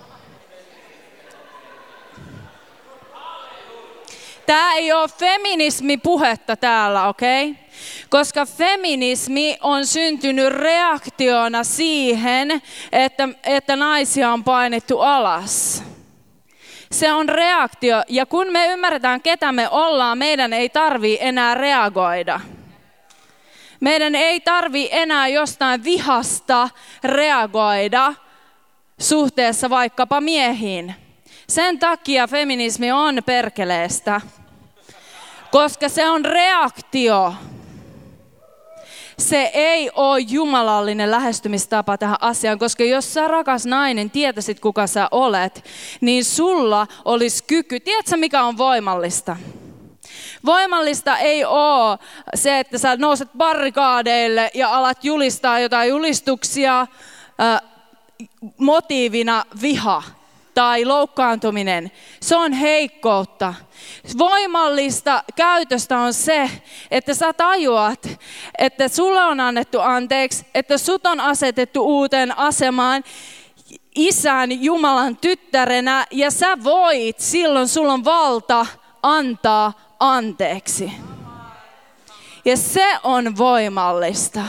Speaker 2: Tää ei ole feminismipuhetta täällä, okei? Okay? Koska feminismi on syntynyt reaktiona siihen, että naisia on painettu alas. Se on reaktio, ja kun me ymmärretään, ketä me ollaan, meidän ei tarvitse enää reagoida. Meidän ei tarvi enää jostain vihasta reagoida suhteessa vaikkapa miehiin. Sen takia feminismi on perkeleestä, koska se on reaktio. Se ei ole jumalallinen lähestymistapa tähän asiaan, koska jos sä rakas nainen tietäisit kuka sä olet, niin sulla olisi kyky. Tiedätkö mikä on voimallista? Voimallista ei ole se, että sä nouset barrikaadeille ja alat julistaa jotain julistuksia motiivina viha tai loukkaantuminen. Se on heikkoutta. Voimallista käytöstä on se, että sä tajuat, että sulle on annettu anteeksi, että sut on asetettu uuteen asemaan Isän Jumalan tyttärenä ja sä voit, silloin sulla on valta antaa anteeksi. Ja se on voimallista.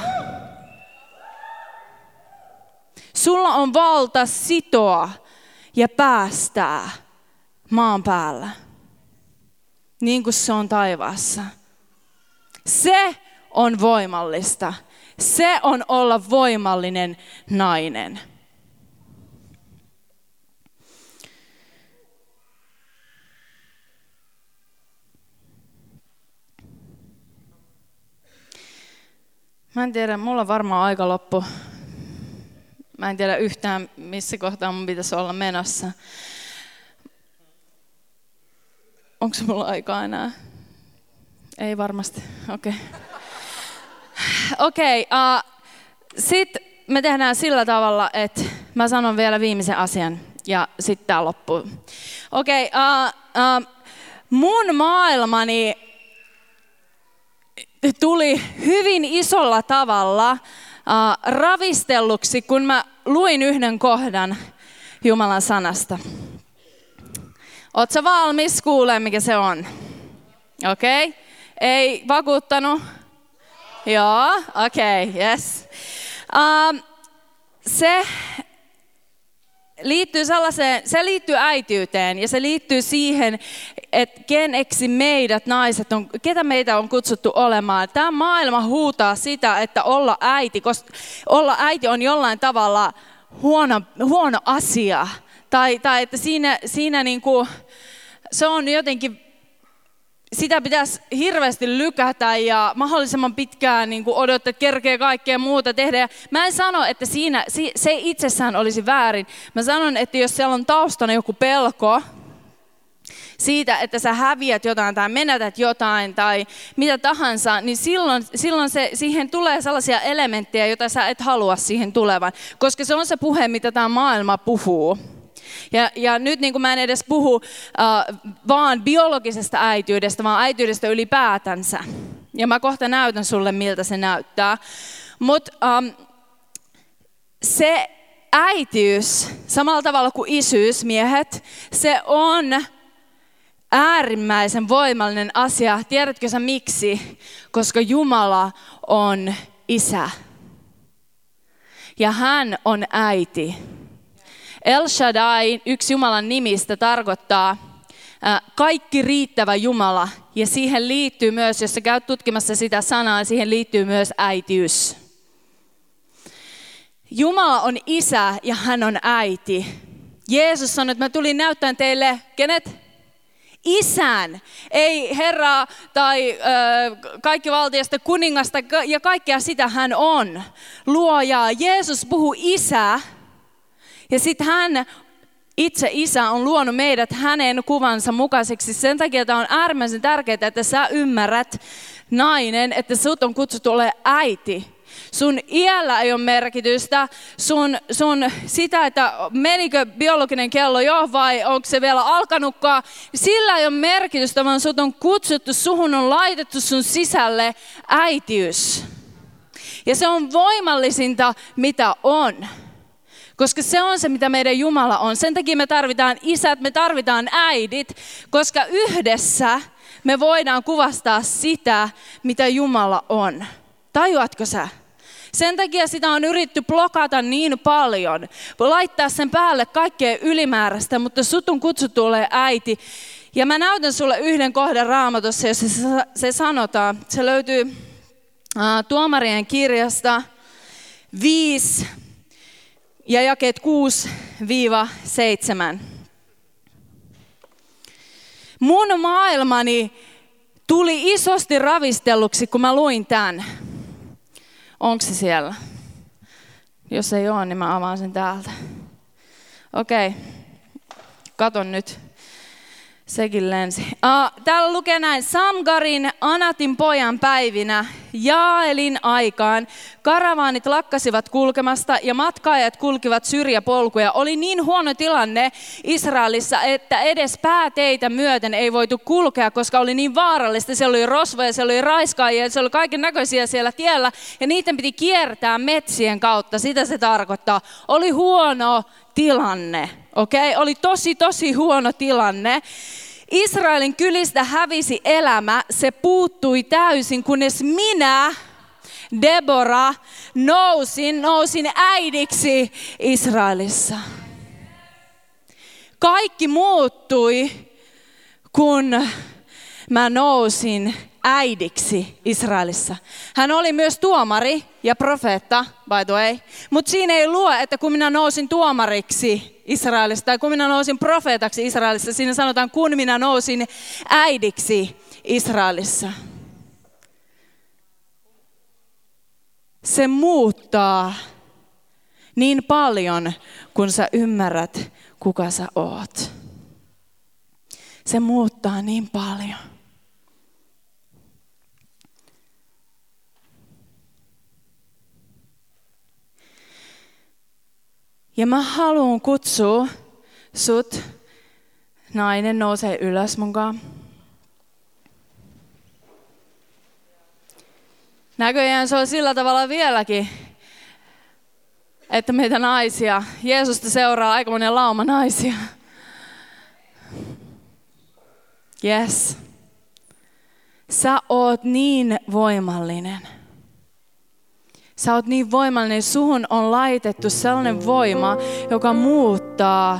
Speaker 2: Sulla on valta sitoa ja päästää maan päällä, niin kuin se on taivaassa. Se on voimallista. Se on olla voimallinen nainen. Mä en tiedä, mulla on varmaan aika loppu. Mä en tiedä yhtään, missä kohtaa mun pitäisi olla menossa. Onko mulla aikaa enää? Ei varmasti. Okei. Sitten me tehdään sillä tavalla, että mä sanon vielä viimeisen asian ja sitten tää loppuu. Mun maailmani tuli hyvin isolla tavalla ravistelluksi, kun mä luin yhden kohdan Jumalan sanasta. Ootko valmis kuulemaan, mikä se on? Okei. Ei vakuuttanut? Joo, yes. Se liittyy äitiyteen ja se liittyy siihen, että keneksi meidät naiset on, ketä meitä on kutsuttu olemaan. Tämä maailma huutaa sitä, että olla äiti, koska olla äiti on jollain tavalla huono asia. Tai että siinä niinku, se on jotenkin, sitä pitäisi hirveästi lykätä ja mahdollisimman pitkään niinku odottaa, että kerkee kaikkea muuta tehdä. Ja mä en sano, että se itsessään olisi väärin. Mä sanon, että jos siellä on taustana joku pelko siitä, että sä häviät jotain tai menetät jotain tai mitä tahansa, niin silloin siihen tulee sellaisia elementtejä, joita sä et halua siihen tulevan. Koska se on se puhe, mitä tämä maailma puhuu. Ja nyt niin kuin mä en edes puhu vaan biologisesta äitiydestä, vaan äitiydestä ylipäätänsä. Ja mä kohta näytän sulle, miltä se näyttää. Mutta se äitiys, samalla tavalla kuin isyys, miehet, se on äärimmäisen voimallinen asia. Tiedätkö sä miksi? Koska Jumala on isä. Ja hän on äiti. El Shaddai, yksi Jumalan nimistä, tarkoittaa kaikki riittävä Jumala. Ja siihen liittyy myös, jos sä käyt tutkimassa sitä sanaa, siihen liittyy myös äitiys. Jumala on isä ja hän on äiti. Jeesus sanoi, että mä tulin näyttämään teille, kenet? Isän, ei Herraa tai kaikki valtiasta, kuningasta ja kaikkea sitä hän on. Luojaa. Jeesus puhuu isä. Ja sitten hän, itse isä, on luonut meidät hänen kuvansa mukaiseksi. Sen takia tämä on äärimmäisen tärkeää, että sä ymmärrät, nainen, että sut on kutsuttu olemaan äiti. Sun iällä ei ole merkitystä, sun sitä, että menikö biologinen kello jo vai onko se vielä alkanutkaan. Sillä ei ole merkitystä, vaan sut on kutsuttu, suhun on laitettu sun sisälle äitiys. Ja se on voimallisinta, mitä on. Koska se on se, mitä meidän Jumala on. Sen takia me tarvitaan isät, me tarvitaan äidit, koska yhdessä me voidaan kuvastaa sitä, mitä Jumala on. Tajuatko sä? Sen takia sitä on yritetty blokata niin paljon, laittaa sen päälle kaikkea ylimääräistä, mutta sut on kutsuttu olemaan äiti. Ja mä näytän sulle yhden kohdan Raamatussa, jossa se sanotaan. Se löytyy Tuomarien kirjasta 5 ja jakeet 6-7. Mun maailmani tuli isosti ravistelluksi, kun mä luin tämän. Onko se siellä? Jos ei ole, niin mä avaan sen täältä. Okei, katon nyt. Sekin lensi. Täällä lukee näin. Samgarin, Anatin pojan päivinä, Jaelin aikaan, karavaanit lakkasivat kulkemasta ja matkaajat kulkivat syrjäpolkuja. Oli niin huono tilanne Israelissa, että edes pääteitä myöten ei voitu kulkea, koska oli niin vaarallista. Siellä oli rosvoja, siellä oli raiskaajia, siellä oli kaiken näköisiä siellä tiellä ja niiden piti kiertää metsien kautta. Sitä se tarkoittaa. Oli huono tilanne. Okei, oli tosi huono tilanne. Israelin kylistä hävisi elämä, se puuttui täysin, kunnes minä, Debora, nousin äidiksi Israelissa. Kaikki muuttui, kun mä nousin äidiksi Israelissa. Hän oli myös tuomari ja profeetta, by the way. Mutta siinä ei lue, että kun minä nousin tuomariksi Israelissa tai kun minä nousin profeetaksi Israelissa, siinä sanotaan, kun minä nousin äidiksi Israelissa. Se muuttaa niin paljon, kun sä ymmärrät, kuka sä oot. Se muuttaa niin paljon. Ja mä haluan kutsua sut, nainen, nousee ylös munkaan. Näköjään se on sillä tavalla vieläkin, että meitä naisia, Jeesusta seuraa aikamoinen lauma naisia. Yes. Sä oot niin voimallinen. Sä oot niin voimallinen, suhun on laitettu sellainen voima, joka muuttaa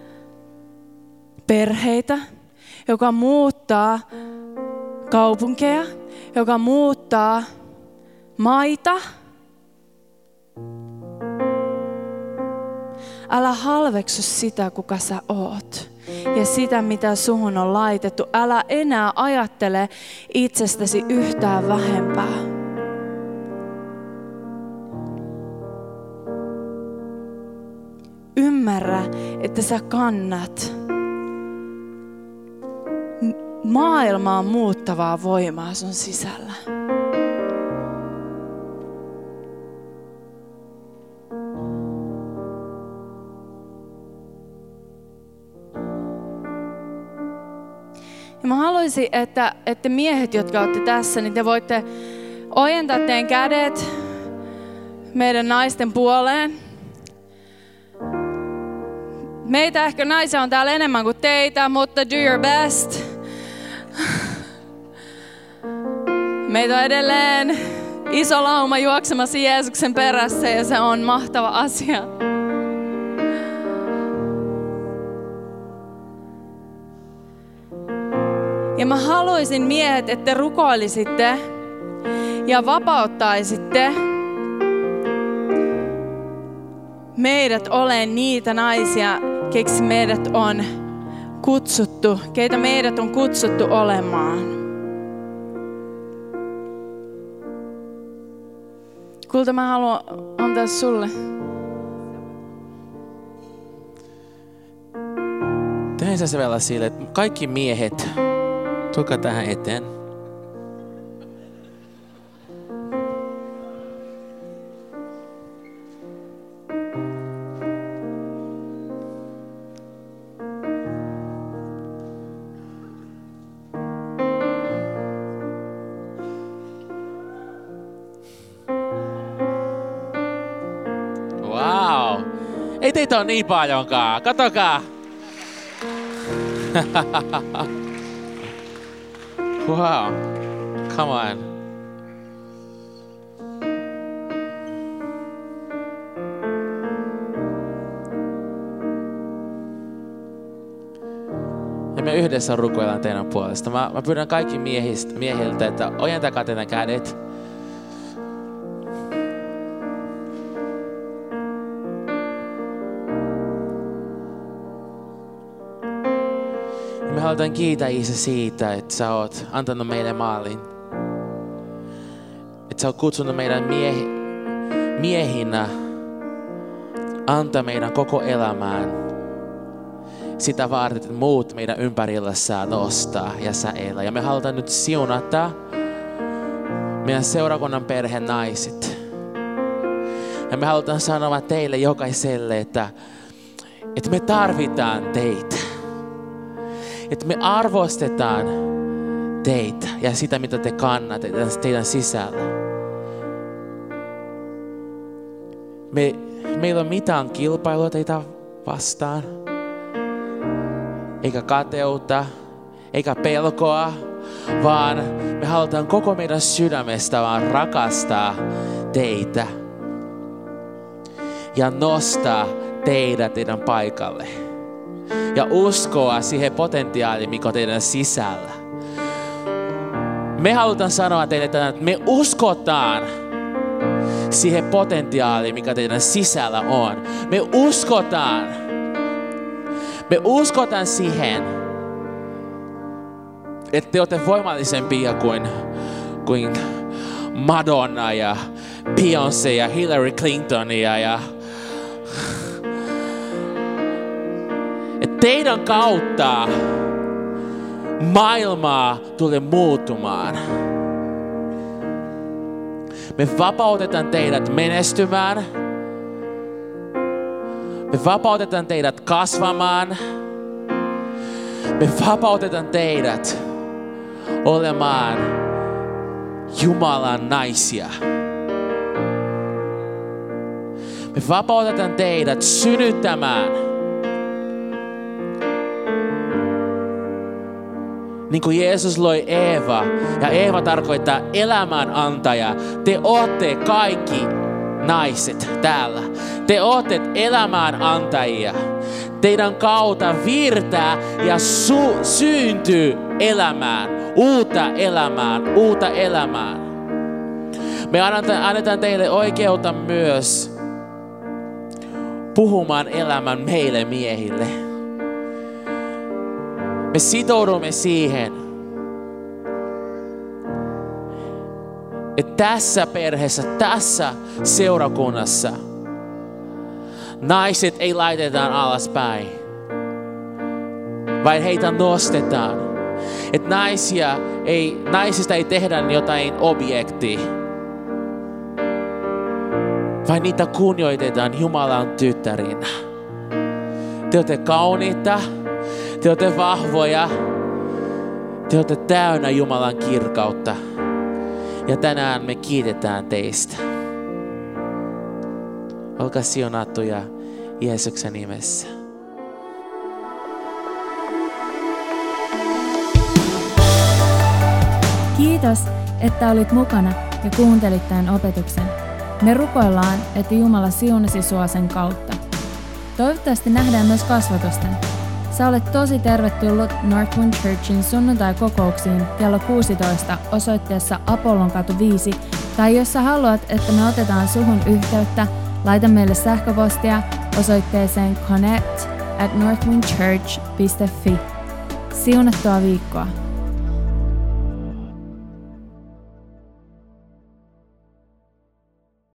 Speaker 2: perheitä, joka muuttaa kaupunkeja, joka muuttaa maita. Älä halveksu sitä, kuka sä oot ja sitä, mitä suhun on laitettu. Älä enää ajattele itsestäsi yhtään vähempää. Ymmärrä, että sä kannat maailmaa muuttavaa voimaa sun sisällä. Ja mä haluaisin, että miehet, jotka olette tässä, niin te voitte ojentaa teidän kädet meidän naisten puoleen. Meitä ehkä naisia on täällä enemmän kuin teitä, mutta do your best. Meitä on edelleen iso lauma juoksemassa Jeesuksen perässä ja se on mahtava asia. Ja mä haluaisin miehet, että rukoilisitte ja vapauttaisitte meidät olen niitä naisia, keiksi meidät on kutsuttu, keitä meidät on kutsuttu olemaan. Kulta, mä haluan antaa sulle.
Speaker 3: Tehdään se vielä sille, että kaikki miehet, tulkaa tähän eteen. Ei teitä ole niin paljonkaan. Katokaa. Wow. Come on. Ja me yhdessä rukoillaan teidän puolesta. Mä pyydän kaikki miehiltä, että ojentakaa teidän kädet. Me halutaan kiittää Isä siitä, että sä oot antanut meille maalin. Että sä oot kutsunut meidän miehinä antaa meidän koko elämään sitä varten, että muut meidän ympärillä saa nostaa ja saa elää. Ja me halutaan nyt siunata meidän seurakunnan perheen naiset. Ja me halutaan sanoa teille jokaiselle, että me tarvitaan teitä. Että me arvostetaan teitä ja sitä, mitä te kannatte teidän sisällä. Meillä on mitään kilpailua teitä vastaan. Eikä kateutta, eikä pelkoa, vaan me halutaan koko meidän sydämestä vaan rakastaa teitä. Ja nostaa teidän paikalle. Ja uskoa siihen potentiaaliin, mikä on teidän sisällä. Me halutaan sanoa teille tänään, että me uskotaan siihen potentiaaliin, mikä teidän sisällä on. Me uskotaan siihen, että te olette voimallisempia kuin Madonna ja Beyoncé ja Hillary Clintonia ja teidän kautta maailmaa tulee muuttumaan. Me vapautetaan teidät menestymään. Me vapautetaan teidät kasvamaan. Me vapautetaan teidät olemaan Jumalan naisia. Me vapautetaan teidät synnyttämään. Niin kuin Jeesus loi Eeva, ja Eeva tarkoittaa elämän antaja. Te ootte kaikki naiset täällä. Te ootte elämän antajia. Teidän kautta virtaa ja syntyy elämään. Uutta elämään. Me annetaan teille oikeutta myös puhumaan elämän meille miehille. Me sitoudumme siihen, että tässä perheessä, tässä seurakunnassa naiset ei laitetaan alaspäin, vaan heitä nostetaan. Että naisista ei tehdä jotain objektia, vaan niitä kunnioitetaan Jumalan tyttärinä. Te olette kauniita. Te olette vahvoja. Te olette täynnä Jumalan kirkautta. Ja tänään me kiitetään teistä. Olkaa siunattuja Jeesuksen nimessä.
Speaker 1: Kiitos, että olit mukana ja kuuntelit tämän opetuksen. Me rukoillaan, että Jumala siunasi sua sen kautta. Toivottavasti nähdään myös kasvatusten. Sä olet tosi tervetullut Northwind Churchin sunnuntai-kokouksiin kello 16 osoitteessa Apollonkatu 5, tai jos sä haluat, että me otetaan suhun yhteyttä, laita meille sähköpostia osoitteeseen connect@northwindchurch.fi. Siunattua viikkoa!